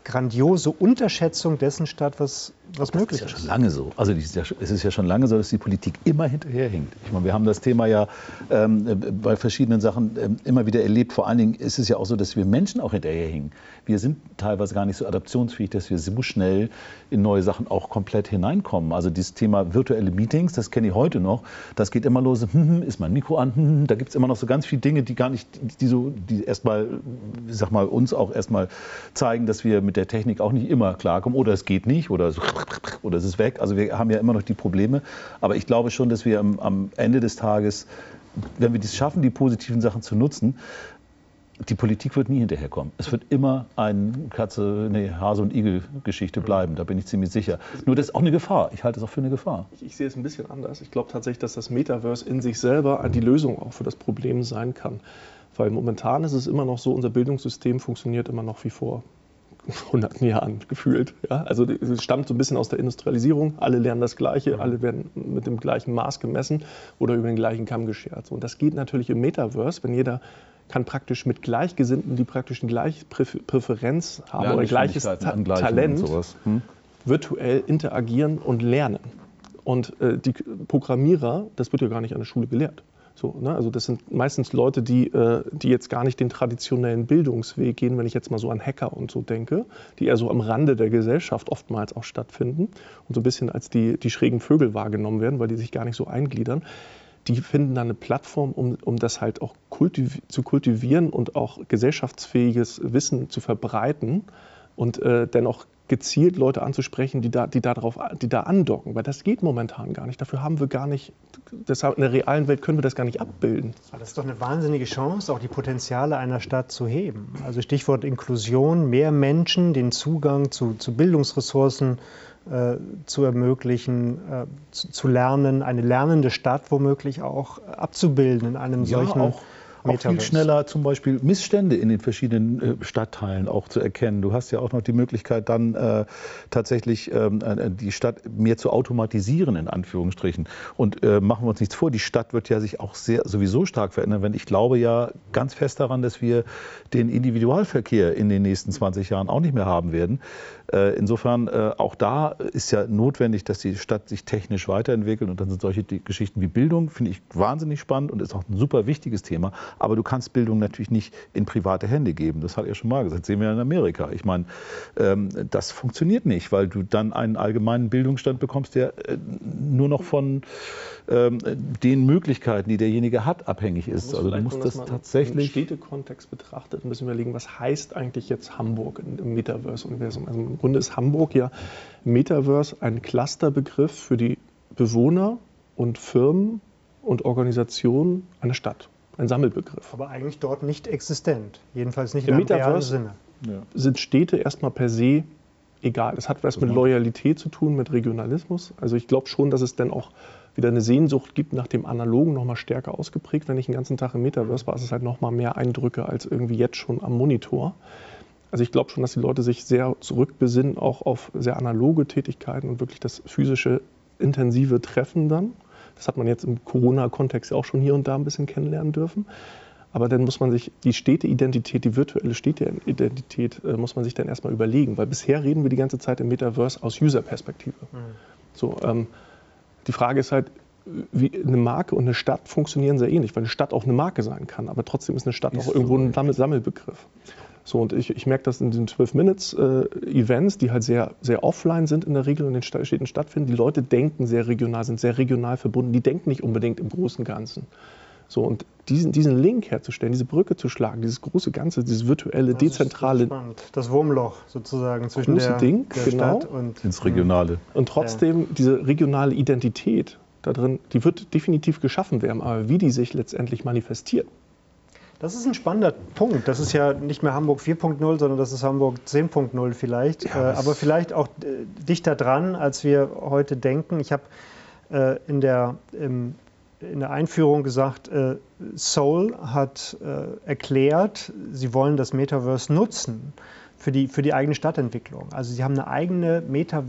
grandiose Unterschätzung dessen statt, was, was möglich ist. Das ist ja schon lange so. Also ist ja, es ist ja schon lange so, dass die Politik immer hinterherhinkt. Ich meine, wir haben das Thema ja ähm, bei verschiedenen Sachen ähm, immer wieder erlebt. Vor allen Dingen ist es ja auch so, dass wir Menschen auch hinterherhinken. Wir sind teilweise gar nicht so adaptionsfähig, dass wir so schnell in neue Sachen auch komplett hineinkommen. Also dieses Thema virtuelle Meetings, das kenne ich heute noch. Das geht immer los, hm, hm, ist mein Mikro an, hm, hm, da gibt es immer noch so ganz viele Dinge, die gar nicht, die so, die erstmal, ich sag mal, uns auch erstmal zeigen, dass wir mit der Technik auch nicht immer klarkommen oder es geht nicht oder, so, oder es ist weg. Also wir haben ja immer noch die Probleme. Aber ich glaube schon, dass wir am, am Ende des Tages, wenn wir es schaffen, die positiven Sachen zu nutzen, die Politik wird nie hinterherkommen. Es wird immer eine Katze, nee, Hase- und Igel-Geschichte bleiben, da bin ich ziemlich sicher. Nur das ist auch eine Gefahr. Ich halte es auch für eine Gefahr. Ich, ich sehe es ein bisschen anders. Ich glaube tatsächlich, dass das Metaverse in sich selber die Lösung auch für das Problem sein kann. Weil momentan ist es immer noch so, unser Bildungssystem funktioniert immer noch wie vor hunderten Jahren gefühlt. Ja? Also es stammt so ein bisschen aus der Industrialisierung. Alle lernen das Gleiche, alle werden mit dem gleichen Maß gemessen oder über den gleichen Kamm geschert. Und das geht natürlich im Metaverse, wenn jeder kann praktisch mit Gleichgesinnten, die praktisch eine gleiche Präferenz haben oder gleiches Ta Talent, hm? virtuell interagieren und lernen. Und äh, die Programmierer, das wird ja gar nicht an der Schule gelehrt. So, ne? Also das sind meistens Leute, die, äh, die jetzt gar nicht den traditionellen Bildungsweg gehen, wenn ich jetzt mal so an Hacker und so denke, die eher so am Rande der Gesellschaft oftmals auch stattfinden und so ein bisschen als die, die schrägen Vögel wahrgenommen werden, weil die sich gar nicht so eingliedern. Die finden dann eine Plattform, um, um das halt auch kultiv zu kultivieren und auch gesellschaftsfähiges Wissen zu verbreiten und äh, dann auch gezielt Leute anzusprechen, die da, die, da drauf, die da andocken. Weil das geht momentan gar nicht. Dafür haben wir gar nicht, deshalb in der realen Welt können wir das gar nicht abbilden. Das ist doch eine wahnsinnige Chance, auch die Potenziale einer Stadt zu heben. Also Stichwort Inklusion, mehr Menschen den Zugang zu, zu Bildungsressourcen äh, zu ermöglichen, äh, zu, zu lernen, eine lernende Stadt womöglich auch abzubilden in einem ja, solchen auch. Auch viel schneller zum Beispiel Missstände in den verschiedenen äh, Stadtteilen auch zu erkennen. Du hast ja auch noch die Möglichkeit, dann äh, tatsächlich ähm, die Stadt mehr zu automatisieren, in Anführungsstrichen. Und äh, machen wir uns nichts vor, die Stadt wird ja sich auch sehr, sowieso stark verändern. Wenn ich glaube ja ganz fest daran, dass wir den Individualverkehr in den nächsten zwanzig Jahren auch nicht mehr haben werden. Äh, insofern äh, auch da ist ja notwendig, dass die Stadt sich technisch weiterentwickelt. Und dann sind solche Geschichten wie Bildung, finde ich wahnsinnig spannend und ist auch ein super wichtiges Thema. Aber du kannst Bildung natürlich nicht in private Hände geben. Das hat er schon mal gesagt. Das sehen wir in Amerika. Ich meine, ähm, das funktioniert nicht, weil du dann einen allgemeinen Bildungsstand bekommst, der äh, nur noch von ähm, den Möglichkeiten, die derjenige hat, abhängig ist. Also du musst das tatsächlich... Im Städtekontext betrachtet, müssen wir überlegen, was heißt eigentlich jetzt Hamburg im Metaverse-Universum? Also im Grunde ist Hamburg ja Metaverse ein Clusterbegriff für die Bewohner und Firmen und Organisationen einer Stadt. Ein Sammelbegriff. Aber eigentlich dort nicht existent. Jedenfalls nicht im in einem realen Sinne. Ja. Sind Städte erstmal per se egal. Es hat was mit Loyalität zu tun, mit Regionalismus. Also ich glaube schon, dass es dann auch wieder eine Sehnsucht gibt nach dem Analogen, noch mal stärker ausgeprägt. Wenn ich den ganzen Tag im Metaverse war, ist es halt noch mal mehr Eindrücke als irgendwie jetzt schon am Monitor. Also ich glaube schon, dass die Leute sich sehr zurückbesinnen, auch auf sehr analoge Tätigkeiten und wirklich das physische, intensive Treffen dann. Das hat man jetzt im Corona-Kontext auch schon hier und da ein bisschen kennenlernen dürfen. Aber dann muss man sich die Städteidentität, die virtuelle Städteidentität, äh, muss man sich dann erstmal überlegen. Weil bisher reden wir die ganze Zeit im Metaverse aus User-Perspektive. Mhm. So, ähm, die Frage ist halt, wie eine Marke und eine Stadt funktionieren sehr ähnlich, weil eine Stadt auch eine Marke sein kann. Aber trotzdem ist eine Stadt ist auch irgendwo ein Sammel Sammelbegriff. So, und ich, ich merke das in den zwölf Minutes Events, die halt sehr, sehr offline sind in der Regel und in den Städten stattfinden. Die Leute denken sehr regional, sind sehr regional verbunden. Die denken nicht unbedingt im großen Ganzen. So, und diesen, diesen Link herzustellen, diese Brücke zu schlagen, dieses große Ganze, dieses virtuelle, das dezentrale... Ist spannend. Das Wurmloch sozusagen zwischen der, Ding, der genau. Stadt und... ins Regionale. Und trotzdem, ja. diese regionale Identität da drin, die wird definitiv geschaffen werden. Aber wie die sich letztendlich manifestiert, das ist ein spannender Punkt. Das ist ja nicht mehr Hamburg vier Punkt null, sondern das ist Hamburg zehn Punkt null vielleicht. Ja, äh, aber vielleicht auch äh, dichter dran, als wir heute denken. Ich habe äh, in, der, im, in der Einführung gesagt, äh, Seoul hat äh, erklärt, sie wollen das Metaverse nutzen für die, für die eigene Stadtentwicklung. Also sie haben eine eigene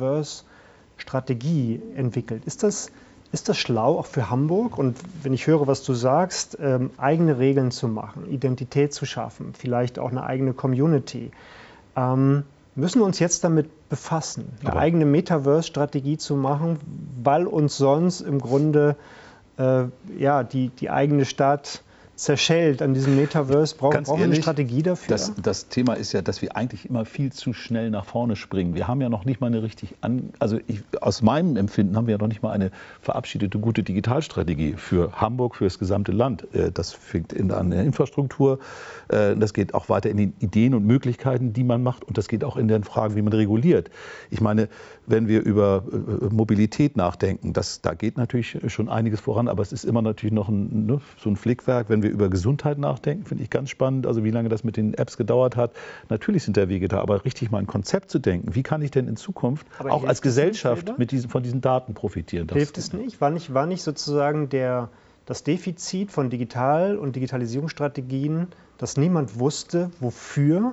Metaverse-Strategie entwickelt. Ist das... Ist das schlau, auch für Hamburg? Und wenn ich höre, was du sagst, ähm, eigene Regeln zu machen, Identität zu schaffen, vielleicht auch eine eigene Community. Ähm, müssen uns jetzt damit befassen, eine Aber eigene Metaverse-Strategie zu machen, weil uns sonst im Grunde äh, ja, die, die eigene Stadt zerschellt an diesem Metaverse. Brauch, brauchen wir eine Strategie dafür? Das, das Thema ist ja, dass wir eigentlich immer viel zu schnell nach vorne springen. Wir haben ja noch nicht mal eine richtig, an, also ich, aus meinem Empfinden haben wir ja noch nicht mal eine verabschiedete gute Digitalstrategie für Hamburg, für das gesamte Land. Das fängt in, an der Infrastruktur, das geht auch weiter in den Ideen und Möglichkeiten, die man macht, und das geht auch in den Fragen, wie man reguliert. Ich meine, wenn wir über Mobilität nachdenken, das, da geht natürlich schon einiges voran, aber es ist immer natürlich noch ein, ne, so ein Flickwerk. Wenn wir über Gesundheit nachdenken, finde ich ganz spannend, also wie lange das mit den Apps gedauert hat. Natürlich sind da Wege da, aber richtig mal ein Konzept zu denken, wie kann ich denn in Zukunft aber auch als Gesellschaft mit diesen, von diesen Daten profitieren? Das hilft es nicht? War nicht, war nicht sozusagen der, das Defizit von Digital- und Digitalisierungsstrategien, dass niemand wusste, wofür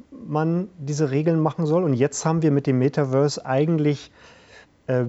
man diese Regeln machen soll? Und jetzt haben wir mit dem Metaverse eigentlich äh,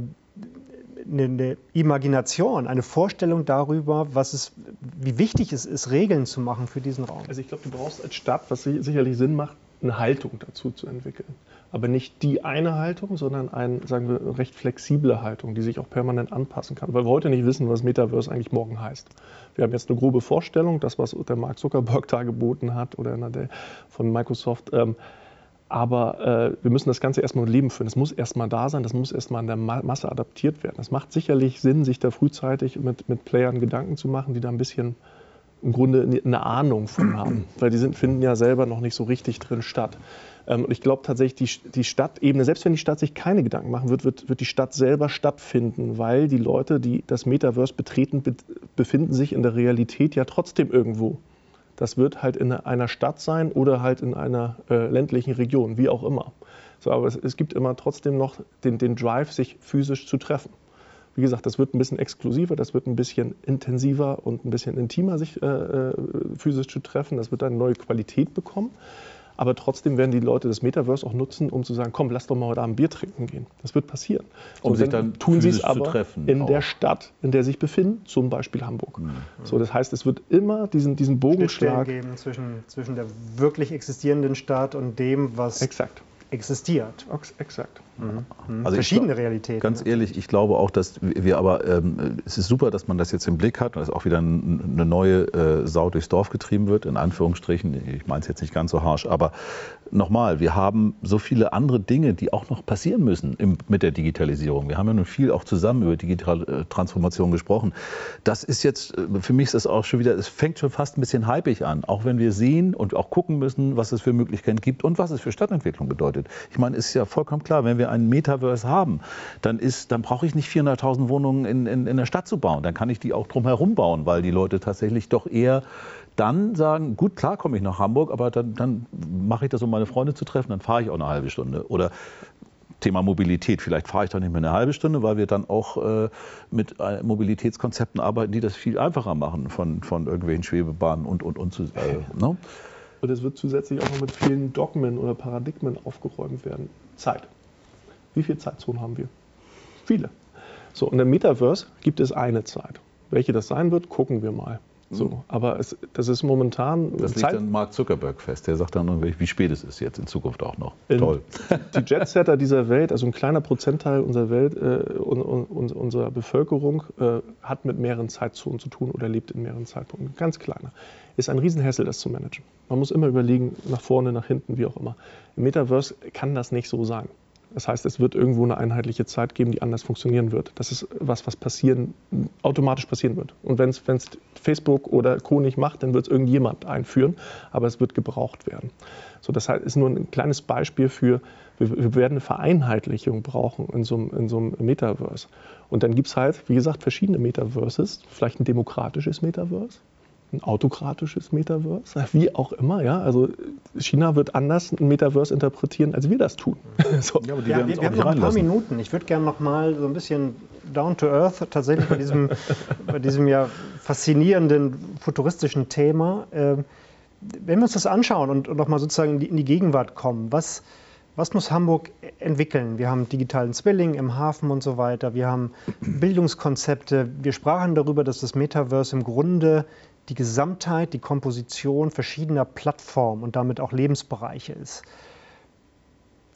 eine, eine Imagination, eine Vorstellung darüber, was es, wie wichtig es ist, Regeln zu machen für diesen Raum. Also ich glaube, du brauchst als Stadt, was sicherlich Sinn macht, eine Haltung dazu zu entwickeln. Aber nicht die eine Haltung, sondern eine, sagen wir, recht flexible Haltung, die sich auch permanent anpassen kann. Weil wir heute nicht wissen, was Metaverse eigentlich morgen heißt. Wir haben jetzt eine grobe Vorstellung, das, was der Mark Zuckerberg da geboten hat oder der von Microsoft. Ähm, Aber äh, wir müssen das Ganze erstmal mit Leben führen. Das muss erstmal da sein, das muss erstmal an der Masse adaptiert werden. Es macht sicherlich Sinn, sich da frühzeitig mit, mit Playern Gedanken zu machen, die da ein bisschen im Grunde eine Ahnung von haben. Weil die sind, finden ja selber noch nicht so richtig drin statt. Ähm, und ich glaube tatsächlich, die, die Stadtebene, selbst wenn die Stadt sich keine Gedanken machen wird, wird, wird die Stadt selber stattfinden, weil die Leute, die das Metaverse betreten, be, befinden sich in der Realität ja trotzdem irgendwo. Das wird halt in einer Stadt sein oder halt in einer äh, ländlichen Region, wie auch immer. So, aber es, es gibt immer trotzdem noch den, den Drive, sich physisch zu treffen. Wie gesagt, das wird ein bisschen exklusiver, das wird ein bisschen intensiver und ein bisschen intimer, sich äh, physisch zu treffen. Das wird eine neue Qualität bekommen. Aber trotzdem werden die Leute das Metaverse auch nutzen, um zu sagen, komm, lass doch mal heute Abend Bier trinken gehen. Das wird passieren. Um sich dann tun sie es zu aber treffen in auch. der Stadt, in der sie sich befinden, zum Beispiel Hamburg. Mhm. So, das heißt, es wird immer diesen, diesen Bogenschlag geben zwischen, zwischen der wirklich existierenden Stadt und dem, was Exakt. existiert. Exakt. Mhm. Also Verschiedene ich, Realitäten. Ganz ehrlich, ich glaube auch, dass wir aber, ähm, es ist super, dass man das jetzt im Blick hat und dass auch wieder ein, eine neue äh, Sau durchs Dorf getrieben wird, in Anführungsstrichen. Ich meine es jetzt nicht ganz so harsch, aber nochmal, wir haben so viele andere Dinge, die auch noch passieren müssen im, mit der Digitalisierung. Wir haben ja nun viel auch zusammen über digitale Transformation gesprochen. Das ist jetzt, für mich ist das auch schon wieder, es fängt schon fast ein bisschen hypig an, auch wenn wir sehen und auch gucken müssen, was es für Möglichkeiten gibt und was es für Stadtentwicklung bedeutet. Ich meine, es ist ja vollkommen klar, wenn wir einen Metaverse haben, dann, ist, dann brauche ich nicht vierhunderttausend Wohnungen in, in, in der Stadt zu bauen. Dann kann ich die auch drumherum bauen, weil die Leute tatsächlich doch eher dann sagen, gut, klar komme ich nach Hamburg, aber dann, dann mache ich das, um meine Freunde zu treffen, dann fahre ich auch eine halbe Stunde. Oder Thema Mobilität, vielleicht fahre ich dann nicht mehr eine halbe Stunde, weil wir dann auch äh, mit äh, Mobilitätskonzepten arbeiten, die das viel einfacher machen, von, von irgendwelchen Schwebebahnen und, und, und. Zu, äh, ne? Und es wird zusätzlich auch noch mit vielen Dogmen oder Paradigmen aufgeräumt werden. Zeit. Wie viele Zeitzonen haben wir? Viele. So, und im Metaverse gibt es eine Zeit. Welche das sein wird, gucken wir mal. So, aber es, das ist momentan... Das liegt an Mark Zuckerberg fest. Der sagt dann irgendwie, wie spät es ist jetzt in Zukunft auch noch. In Toll. Die Jetsetter dieser Welt, also ein kleiner Prozentteil unserer Welt, äh, un, un, unserer Bevölkerung, äh, hat mit mehreren Zeitzonen zu tun oder lebt in mehreren Zeitpunkten. Ganz kleiner. Ist ein Riesenhassel, das zu managen. Man muss immer überlegen, nach vorne, nach hinten, wie auch immer. Im Metaverse kann das nicht so sein. Das heißt, es wird irgendwo eine einheitliche Zeit geben, die anders funktionieren wird. Das ist was, was passieren, automatisch passieren wird. Und wenn es Facebook oder Co. nicht macht, dann wird es irgendjemand einführen, aber es wird gebraucht werden. So, das heißt, ist nur ein kleines Beispiel für, wir, wir werden eine Vereinheitlichung brauchen in so, in so einem Metaverse. Und dann gibt es halt, wie gesagt, verschiedene Metaverses, vielleicht ein demokratisches Metaverse, ein autokratisches Metaverse, wie auch immer. Ja? Also China wird anders ein Metaverse interpretieren, als wir das tun. So. Ja, aber die ja, wir, wir haben noch ein paar Minuten. Ich würde gerne noch mal so ein bisschen down to earth tatsächlich bei diesem, bei diesem ja faszinierenden futuristischen Thema. Äh, wenn wir uns das anschauen und, und noch mal sozusagen in die, in die Gegenwart kommen, was, was muss Hamburg entwickeln? Wir haben digitalen Zwilling im Hafen und so weiter. Wir haben Bildungskonzepte. Wir sprachen darüber, dass das Metaverse im Grunde die Gesamtheit, die Komposition verschiedener Plattformen und damit auch Lebensbereiche ist.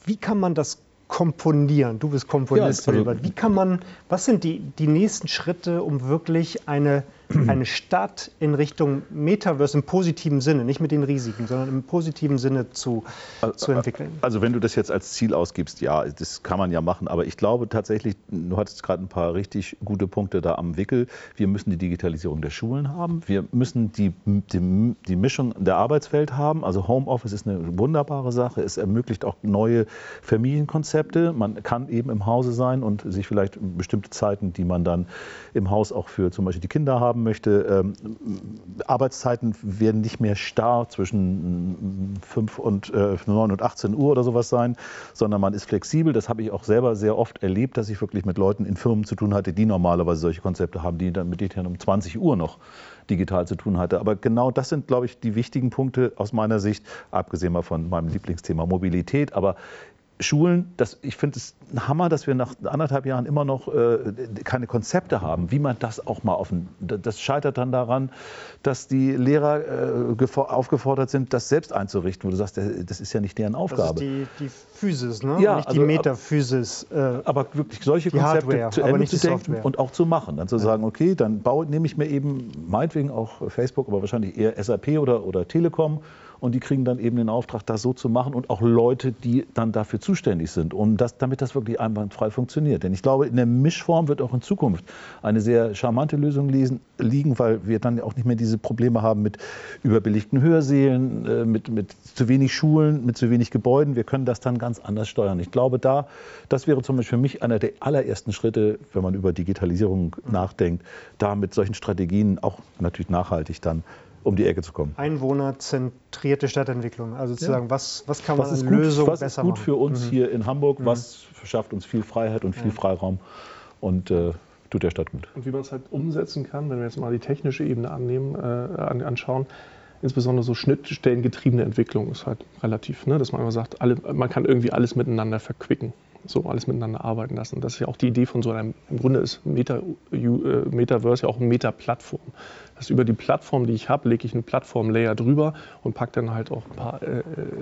Wie kann man das komponieren? Du bist Komponist, Ja, also, Wilbert. Wie kann man, was sind die, die nächsten Schritte, um wirklich eine, eine Stadt in Richtung Metaverse im positiven Sinne, nicht mit den Risiken, sondern im positiven Sinne zu, zu entwickeln? Also wenn du das jetzt als Ziel ausgibst, ja, das kann man ja machen. Aber ich glaube tatsächlich, du hattest gerade ein paar richtig gute Punkte da am Wickel. Wir müssen die Digitalisierung der Schulen haben. Wir müssen die, die, die Mischung der Arbeitswelt haben. Also Homeoffice ist eine wunderbare Sache. Es ermöglicht auch neue Familienkonzepte. Man kann eben im Hause sein und sich vielleicht bestimmte Zeiten, die man dann im Haus auch für zum Beispiel die Kinder haben möchte. Ähm, Arbeitszeiten werden nicht mehr starr zwischen fünf und äh, neun und achtzehn Uhr oder sowas sein, sondern man ist flexibel. Das habe ich auch selber sehr oft erlebt, dass ich wirklich mit Leuten in Firmen zu tun hatte, die normalerweise solche Konzepte haben, die dann mit denen um zwanzig Uhr noch digital zu tun hatte. Aber genau das sind, glaube ich, die wichtigen Punkte aus meiner Sicht, abgesehen mal von meinem Lieblingsthema Mobilität. Aber Schulen, das, ich finde es ein Hammer, dass wir nach anderthalb Jahren immer noch äh, keine Konzepte haben, wie man das auch mal offen. Das scheitert dann daran, dass die Lehrer äh, aufgefordert sind, das selbst einzurichten, wo du sagst, das ist ja nicht deren Aufgabe. Das ist die, die Physis, ne? Ja, nicht also, die Metaphysis. Äh, aber wirklich solche Konzepte Hardware, zu aber Ende nicht zu die denken Software. und auch zu machen. Dann zu sagen, okay, dann baue, nehme ich mir eben meinetwegen auch Facebook, aber wahrscheinlich eher S A P oder, oder Telekom. Und die kriegen dann eben den Auftrag, das so zu machen und auch Leute, die dann dafür zuständig sind, um das, damit das wirklich einwandfrei funktioniert. Denn ich glaube, in der Mischform wird auch in Zukunft eine sehr charmante Lösung lesen, liegen, weil wir dann auch nicht mehr diese Probleme haben mit überbelegten Hörsälen, äh, mit, mit zu wenig Schulen, mit zu wenig Gebäuden. Wir können das dann ganz anders steuern. Ich glaube, da, das wäre zum Beispiel für mich einer der allerersten Schritte, wenn man über Digitalisierung nachdenkt, da mit solchen Strategien auch natürlich nachhaltig dann um die Ecke zu kommen. Einwohnerzentrierte Stadtentwicklung. Also sozusagen, ja. was, was kann man was an Lösungen was besser machen? Was ist gut machen? für uns mhm. hier in Hamburg? Mhm. Was verschafft uns viel Freiheit und viel ja. Freiraum und äh, tut der Stadt gut? Und wie man es halt umsetzen kann, wenn wir jetzt mal die technische Ebene annehmen, äh, anschauen, insbesondere so schnittstellengetriebene Entwicklung ist halt relativ, ne, dass man immer sagt, alle, man kann irgendwie alles miteinander verquicken. So alles miteinander arbeiten lassen. Das ist ja auch die Idee von so einem, im Grunde ist Meta, äh, Metaverse ja auch eine Meta-Plattform. Das heißt, über die Plattform, die ich habe, lege ich einen Plattform-Layer drüber und packe dann halt auch ein paar äh,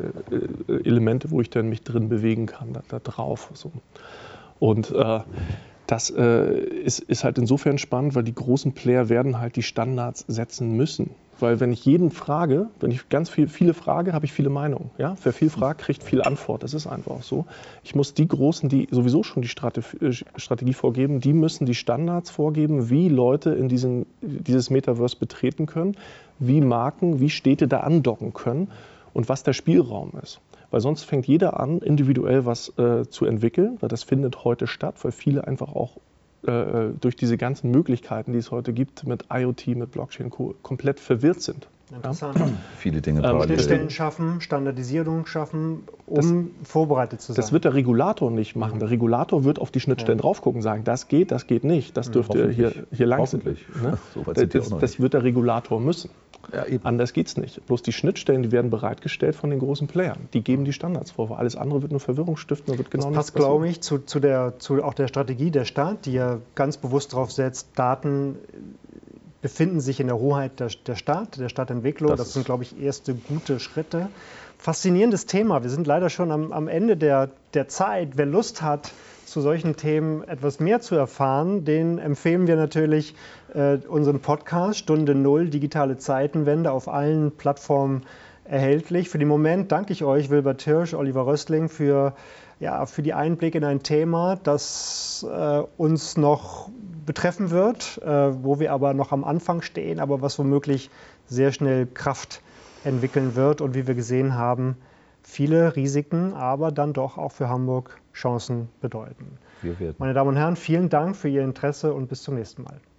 äh, Elemente, wo ich dann mich drin bewegen kann, da, da drauf. So. Und äh, das äh, ist, ist halt insofern spannend, weil die großen Player werden halt die Standards setzen müssen. Weil wenn ich jeden frage, wenn ich ganz viel, viele frage, habe ich viele Meinungen. Ja? Wer viel fragt, kriegt viel Antwort. Das ist einfach so. Ich muss die Großen, die sowieso schon die Strategie, Strategie vorgeben, die müssen die Standards vorgeben, wie Leute in diesen, dieses Metaverse betreten können, wie Marken, wie Städte da andocken können und was der Spielraum ist. Weil sonst fängt jeder an, individuell was äh, zu entwickeln. Weil das findet heute statt, weil viele einfach auch äh, durch diese ganzen Möglichkeiten, die es heute gibt, mit IoT, mit Blockchain, komplett verwirrt sind. Interessant. Ja? Viele Dinge ähm, Schnittstellen schaffen, Standardisierung schaffen, um das, vorbereitet zu sein. Das wird der Regulator nicht machen. Der Regulator wird auf die Schnittstellen ja. drauf gucken und sagen, das geht, das geht nicht, das dürft ihr hier, hier lang sind. Ne? So das, das, das wird der Regulator müssen. Ja, anders geht es nicht. Bloß die Schnittstellen, die werden bereitgestellt von den großen Playern. Die geben die Standards vor, weil alles andere wird nur Verwirrung stiften. Da wird genau das passt, glaube ich, zu, zu, der, zu auch der Strategie der Stadt, die ja ganz bewusst darauf setzt, Daten befinden sich in der Hoheit der, der Stadt, der Stadtentwicklung. Das, das sind, glaube ich, erste gute Schritte. Faszinierendes Thema. Wir sind leider schon am, am Ende der, der Zeit. Wer Lust hat, zu solchen Themen etwas mehr zu erfahren, den empfehlen wir natürlich äh, unseren Podcast Stunde Null, digitale Zeitenwende, auf allen Plattformen erhältlich. Für den Moment danke ich euch, Wilbert Hirsch, Oliver Röstling, für, ja, für die Einblicke in ein Thema, das äh, uns noch betreffen wird, äh, wo wir aber noch am Anfang stehen, aber was womöglich sehr schnell Kraft entwickeln wird und wie wir gesehen haben, viele Risiken, aber dann doch auch für Hamburg Chancen bedeuten. Meine Damen und Herren, vielen Dank für Ihr Interesse und bis zum nächsten Mal.